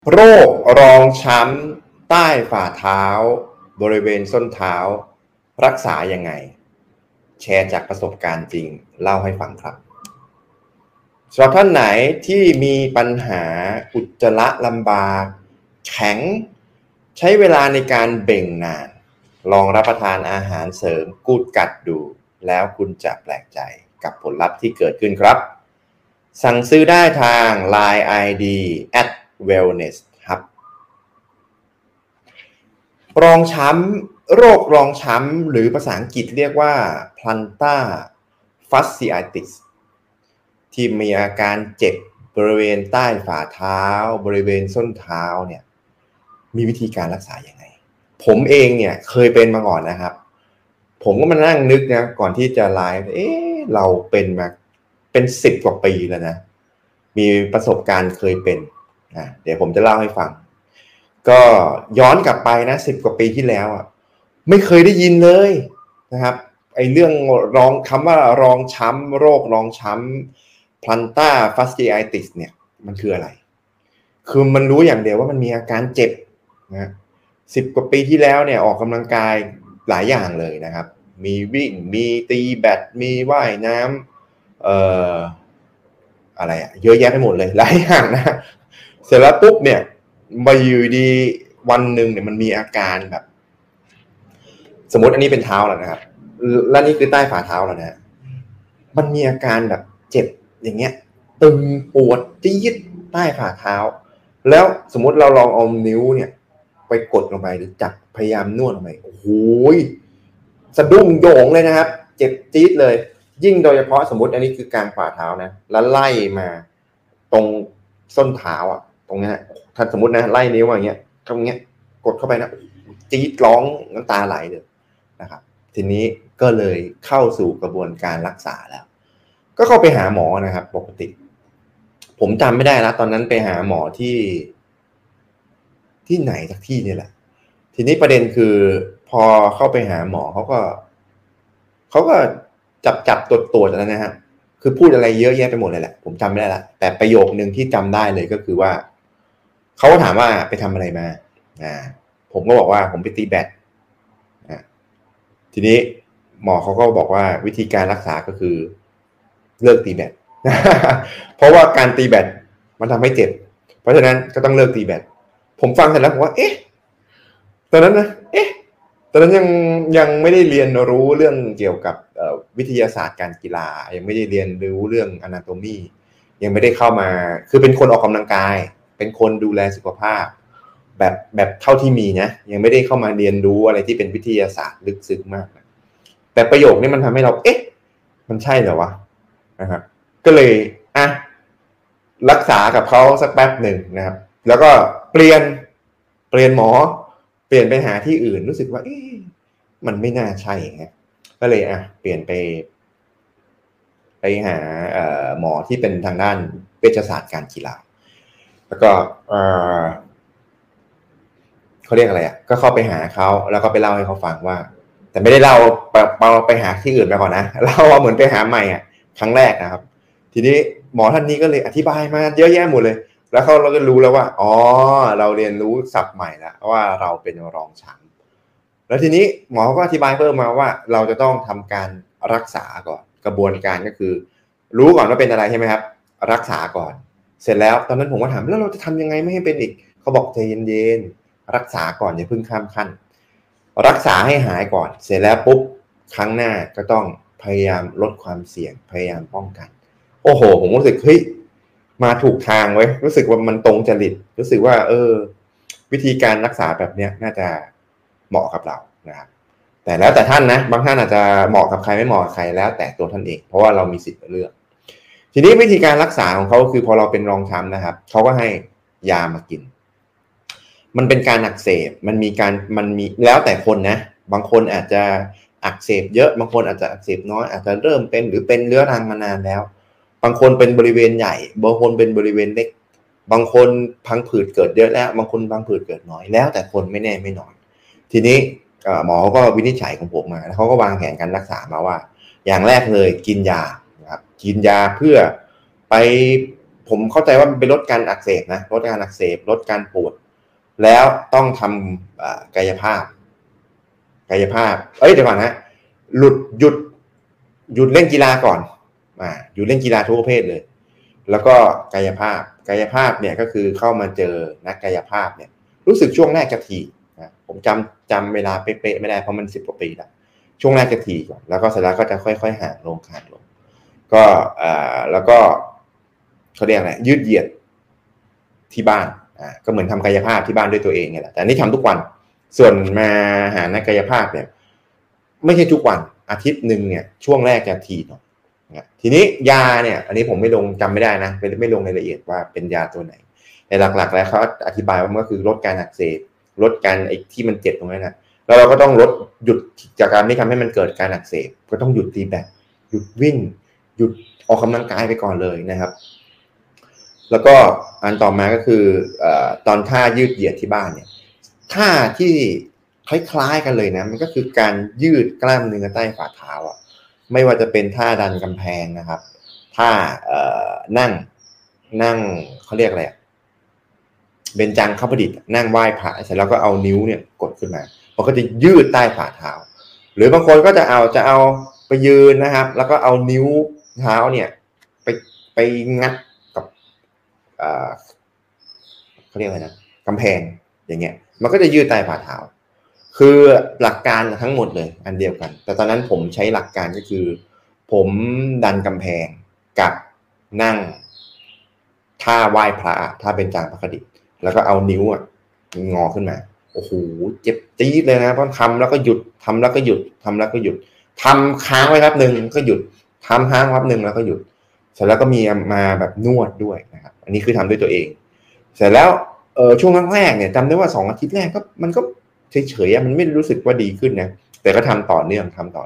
โรครองช้ำใต้ฝ่าเท้าบริเวณส้นเท้ารักษายังไงแชร์จากประสบการณ์จริงเล่าให้ฟังครับสำหรับท่านไหนที่มีปัญหาอุจจาระลำบากแข็งใช้เวลาในการเบ่งนานลองรับประทานอาหารเสริมกูดกัดดูแล้วคุณจะแปลกใจกับผลลัพธ์ที่เกิดขึ้นครับสั่งซื้อได้ทาง Line ID @wellness hub รองช้ำโรครองช้ำหรือภาษาอังกฤษเรียกว่า plantar fasciitis ที่มีอาการเจ็บบริเวณใต้ฝ่าเท้าบริเวณส้นเท้าเนี่ยมีวิธีการรักษายังไงผมเองเนี่ยเคยเป็นมาก่อนนะครับผมก็มานั่งนึกนะก่อนที่จะไลฟ์เราเป็นมาเป็น10 กว่าปีแล้วนะมีประสบการณ์เคยเป็นเดี๋ยวผมจะเล่าให้ฟังก็ย้อนกลับไปนะ10 กว่าปีที่แล้วไม่เคยได้ยินเลยนะครับไอ้เรื่องคำว่ารองช้ำโรครองช้ำ plantar fasciitis เนี่ยมันคืออะไรคือมันรู้อย่างเดียวว่ามันมีอาการเจ็บนะ10 กว่าปีที่แล้วเนี่ยออกกำลังกายหลายอย่างเลยนะครับมีวิ่งมีตีแบดมีว่ายน้ำอะไรเยอะแยะไปหมดเลยหลายอย่างนะเสร็จแล้วปุ๊บเนี่ยมาอยู่ดีวันหนึ่งเนี่ยมันมีอาการแบบสมมติอันนี้เป็นเท้าแล้วนะครับและนี่คือใต้ฝ่าเท้าแล้วนะมันมีอาการแบบเจ็บอย่างเงี้ยตึงปวดจี๊ดใต้ฝ่าเท้าแล้วสมมติเราลองเอานิ้วเนี่ยไปกดลงไปหรือจับพยายามนวดลงไปโอ้โหสะดุ้งโยงเลยนะครับเจ็บจี๊ดเลยยิ่งโดยเฉพาะสมมติอันนี้คือกลางฝ่าเท้านะแล้วไล่มาตรงส้นเท้าตรงนี้ถ้าสมมตินะไล่นิ้วอย่างเงี้ยตรงเงี้ยกดเข้าไปนะจี๊ดร้องน้ำตาไหลเลยนะครับทีนี้ก็เลยเข้าสู่กระบวนการรักษาแล้วก็เข้าไปหาหมอนะครับปกติผมจำไม่ได้แล้วตอนนั้นไปหาหมอที่ไหนสักที่นี่แหละทีนี้ประเด็นคือพอเข้าไปหาหมอเขาก็จับตรวจแล้วนะฮะคือพูดอะไรเยอะแยะไปหมดเลยแหละผมจำไม่ได้ละแต่ประโยคนึงที่จำได้เลยก็คือว่าเขาก็ถามว่าไปทำอะไรมาผมก็บอกว่าผมไปตีแบดทีนี้หมอเขาก็บอกว่าวิธีการรักษาก็คือเลิกตีแบด เพราะว่าการตีแบดมันทำให้เจ็บเพราะฉะนั้นก็ต้องเลิกตีแบดผมฟังเสร็จแล้วผมว่าตอนนั้นยังไม่ได้เรียนรู้เรื่องเกี่ยวกับวิทยาศาสตร์การกีฬายังไม่ได้เรียนรู้เรื่อง anatomy ยังไม่ได้เข้ามาคือเป็นคนออกกำลังกายเป็นคนดูแลสุขภาพแบบเท่าที่มีนะยังไม่ได้เข้ามาเรียนรู้อะไรที่เป็นวิทยาศาสตร์ลึกซึ้งมากนะแต่ประโยคนี้มันทำให้เรามันใช่เหรอวะนะครับก็เลยรักษากับเขาสักแป๊บหนึ่งนะครับแล้วก็เปลี่ยนหมอเปลี่ยนไปหาที่อื่นรู้สึกว่ามันไม่น่าใช่ไงก็เลยเปลี่ยนไปหาหมอที่เป็นทางด้านเวชศาสตร์การกีฬาแล้วก็เขาเรียกอะไรก็เข้าไปหาเขาแล้วก็ไปเล่าให้เขาฟังว่าแต่ไม่ได้เล่าไปหาที่อื่นไปก่อนนะเล่าว่าเหมือนไปหาใหม่ครั้งแรกนะครับทีนี้หมอท่านนี้ก็เลยอธิบายมาเยอะแยะหมดเลยแล้วเราก็รู้แล้วว่าเราเรียนรู้ศัพท์ใหม่แล้วว่าเราเป็นรองช้ำแล้วทีนี้หมอก็อธิบายเพิ่มมาว่าเราจะต้องทำการรักษาก่อนกระบวนการก็คือรู้ก่อนว่าเป็นอะไรใช่ไหมครับรักษาก่อนเสร็จแล้วตอนนั้นผมก็ถามแล้วเราจะทำยังไงไม่ให้เป็นอีกเขาบอกใจเย็นๆรักษาก่อนอย่าเพิ่งข้ามขั้นรักษาให้หายก่อนเสร็จแล้วปุ๊บครั้งหน้าก็ต้องพยายามลดความเสี่ยงพยายามป้องกันโอ้โหผมรู้สึกมาถูกทางเว้ยรู้สึกว่ามันตรงจริตรู้สึกว่าวิธีการรักษาแบบเนี้ยน่าจะเหมาะกับเรานะครับแต่แล้วแต่ท่านนะบางท่านอาจจะเหมาะกับใครไม่เหมาะกับใครแล้วแต่ตัวท่านเองเพราะว่าเรามีสิทธิ์เลือกทีนี้วิธีการรักษาของเขาคือพอเราเป็นรองช้ำนะครับเขาก็ให้ยามากินมันเป็นการอักเสบมันมีแล้วแต่คนนะบางคนอาจจะอักเสบเยอะบางคนอาจจะอักเสบน้อยอาจจะเริ่มเป็นหรือเป็นเรื้อรังมานานแล้วบางคนเป็นบริเวณใหญ่บางคนเป็นบริเวณเล็กบางคนพังผืดเกิดเยอะแล้วบางคนพังผืดเกิดน้อยแล้วแต่คนไม่แน่ไม่นอนทีนี้หมอก็วินิจฉัยของผมมาแล้วเขาก็วางแผนการรักษามาว่าอย่างแรกเลยกินยานะครับกินยาเพื่อไปผผมเข้าใจว่ามันเป็นลดการอักเสบนะลดการอักเสบลดการปวดแล้วต้องทำกายภาพเดี๋ยวก่อนนะหยุดเล่นกีฬาก่อนหยุดเล่นกีฬาทุกประเภทเลยแล้วก็กายภาพเนี่ยก็คือเข้ามาเจอนักกายภาพเนี่ยรู้สึกช่วงแรกจะถี่นะผมจำเวลาเป๊ะๆไม่ได้เพราะมัน10 กว่าปีแล้วช่วงแรกจะถี่ก่อนแล้วก็เสร็จแล้วก็จะค่อยๆห่างลงก็แล้วก็เขาเรียกอะไรยืดเหยียดที่บ้านก็เหมือนทำกายภาพที่บ้านด้วยตัวเองเนี่ยแหละแต่นี่ทำทุกวันส่วนมาหานักกายภาพเนี่ยไม่ใช่ทุกวันอาทิตย์นึงเนี่ยช่วงแรกจะถี่หน่อยทีนี้ยาเนี่ยอันนี้ผมไม่ลงจำไม่ได้นะไม่ลงรายละเอียดว่าเป็นยาตัวไหนแต่หลักๆแล้วเขาอธิบายว่ามันก็คือลดการอักเสบลดการไอ้ที่มันเจ็บตรงนั้นนะแล้วเราก็ต้องหยุดจากการที่ทำให้มันเกิดการอักเสบก็ต้องหยุดตีแบดหยุดวิ่งหยุดออกกำลังกายไปก่อนเลยนะครับแล้วก็อันต่อมาก็คือตอนท่ายืดเหยียดที่บ้านเนี่ยท่าที่คล้ายๆกันเลยนะมันก็คือการยืดกล้ามเนื้อใต้ฝ่าเท้าไม่ว่าจะเป็นท่าดันกำแพงนะครับท่านั่งเขาเรียกอะไรเบญจังคประดิษฐ์นั่งไหว้พระเสร็จแล้วก็เอานิ้วเนี่ยกดขึ้นมามันก็จะยืดใต้ฝ่าเท้าหรือบางคนก็จะเอาไปยืนนะครับแล้วก็เอานิ้วเท้าเนี่ยไปงัดกับเขาเรียกอะไรนะกำแพงอย่างเงี้ยมันก็จะยืดใต้ฝ่าเท้าคือหลักการทั้งหมดเลยอันเดียวกันแต่ตอนนั้นผมใช้หลักการก็คือผมดันกำแพงกับนั่งท่าไหว้พระท่าเบญจางคประดิษฐ์แล้วก็เอานิ้วงอขึ้นมาโอ้โหเจ็บจี๊ดเลยนะเพราะทำแล้วก็หยุดทำแล้วก็หยุดทำแล้วก็หยุดทำค้างไว้ครับนึงก็หยุดทำค้างครับนึงแล้วก็หยุดเสร็จแล้วก็มีมาแบบนวดด้วยนะครับอันนี้คือทำด้วยตัวเองเสร็จแล้วช่วงแรกๆเนี่ยจำได้ว่า2 อาทิตย์แรกก็มันก็เฉยๆมันไม่รู้สึกว่าดีขึ้นนะแต่ก็ทำต่อเนื่อง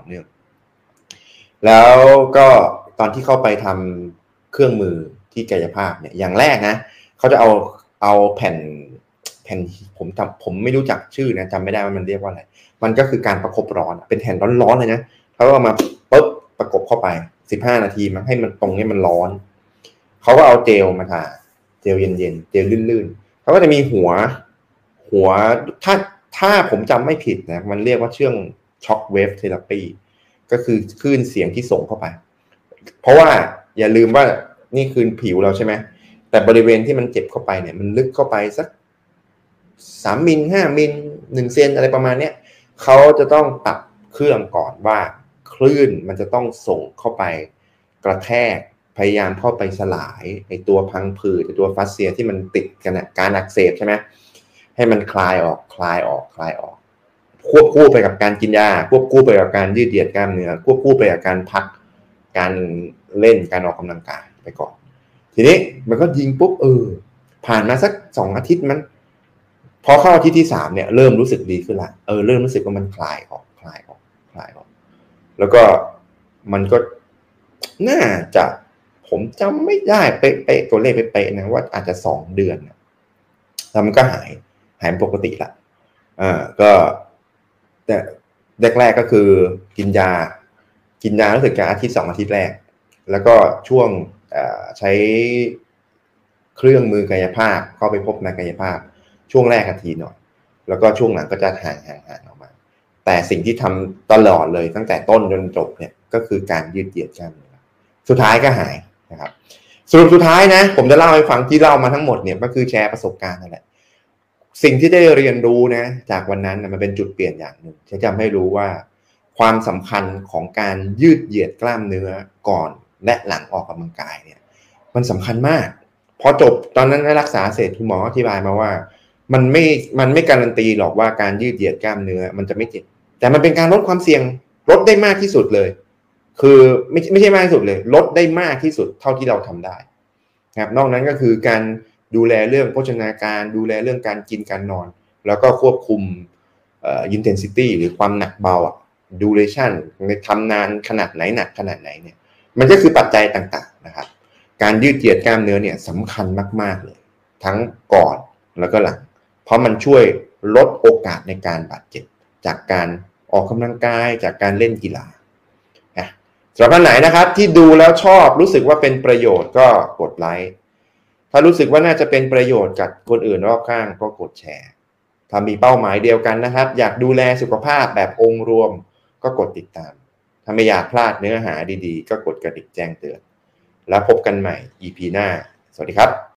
แล้วก็ตอนที่เข้าไปทำเครื่องมือที่กายภาพเนี่ยอย่างแรกนะเขาจะเอาแผ่นผมไม่รู้จักชื่อนะจำไม่ได้ว่ามันเรียกว่าอะไรมันก็คือการประคบร้อนเป็นแผ่นร้อนๆเลยนะเขาก็มาปึ๊บประกบเข้าไป15 นาทีมันให้มันตรงนี้มันร้อนเขาก็เอาเจลมาทาเจลเย็นๆเจลลื่นๆเขาก็จะมีหัวถ้าผมจำไม่ผิดนะมันเรียกว่าเชื่องช็อคเวฟเทอราปีก็คือคลื่นเสียงที่ส่งเข้าไปเพราะว่าอย่าลืมว่านี่คือผิวเราใช่ไหมแต่บริเวณที่มันเจ็บเข้าไปเนี่ยมันลึกเข้าไปสัก3 มิล 5 มิล 1 เซนอะไรประมาณเนี้ยเขาจะต้องปรับเครื่องก่อนว่าคลื่นมันจะต้องส่งเข้าไปกระแทกพยายามเข้าไปสลายไอตัวพังผืดไอตัวฟัสเซียที่มันติดกันนะการอักเสบใช่ไหมให้มันคลายออกควบคู่ไปกับการกินยาควบคู่ไปกับการยืดเหยียดกล้ามเนื้อควบคู่ไปกับการพักการเล่นการออกกำลังกายไปก่อนทีนี้มันก็ยิงปุ๊บผ่านมาสัก2 อาทิตย์มันพอเข้าอาทิตย์ที่3เนี่ยเริ่มรู้สึกดีขึ้นละเริ่มรู้สึกว่ามันคลายออกแล้วก็มันก็น่าจะผมจำไม่ได้เป๊ะตัวเลขเป๊ะๆนะว่าอาจจะ2 เดือนแล้วมันก็หายปกติละก็แต่แรกๆก็คือกินยารู้สึกจะอาทิตย์2 อาทิตย์แรกแล้วก็ช่วงใช้เครื่องมือกายภาพเข้าไปพบนักกายภาพช่วงแรกทีหน่อยแล้วก็ช่วงหลังก็จะห่างออกมาแต่สิ่งที่ทำตลอดเลยตั้งแต่ต้นจนจบเนี่ยก็คือการยืดเหยียดกล้ามเนื้อสุดท้ายก็หายนะครับสรุปสุดท้ายนะผมจะเล่าให้ฟังที่เล่ามาทั้งหมดเนี่ยก็คือแชร์ประสบการณ์นั่นแหละสิ่งที่ได้เรียนรู้นะจากวันนั้นมันเป็นจุดเปลี่ยนอย่างหนึ่งที่ทำให้รู้ว่าความสำคัญของการยืดเหยียดกล้ามเนื้อก่อนและหลังออกกำลังกายเนี่ยมันสำคัญมากพอจบตอนนั้นรักษาเสร็จคุณหมออธิบายมาว่ามันไม่การันตีหรอกว่าการยืดเหยียดกล้ามเนื้อมันจะไม่เจ็บแต่มันเป็นการลดความเสี่ยงลดได้มากที่สุดเลยคือไม่ใช่มากที่สุดเลยลดได้มากที่สุดเท่าที่เราทำได้ครับนอกนั้นก็คือการดูแลเรื่องโภชนาการดูแลเรื่องการกินการนอนแล้วก็ควบคุมintensity หรือความหนักเบาduration ทำนานขนาดไหนหนักขนาดไหนเนี่ยมันก็คือปัจจัยต่างๆนะครับการยืดเหยียดกล้ามเนื้อเนี่ยสำคัญมากๆเลยทั้งก่อนแล้วก็หลังเพราะมันช่วยลดโอกาสในการบาดเจ็บจากการออกกำลังกายจากการเล่นกีฬาสำหรับท่านไหนนะครับที่ดูแล้วชอบรู้สึกว่าเป็นประโยชน์ก็กดไลค์ถ้ารู้สึกว่าน่าจะเป็นประโยชน์กับคนอื่นรอบข้างก็กดแชร์ถ้ามีเป้าหมายเดียวกันนะครับอยากดูแลสุขภาพแบบองค์รวมก็กดติดตามถ้าไม่อยากพลาดเนื้อหาดีๆก็กดกระดิ่งแจ้งเตือนแล้วพบกันใหม่ EP หน้าสวัสดีครับ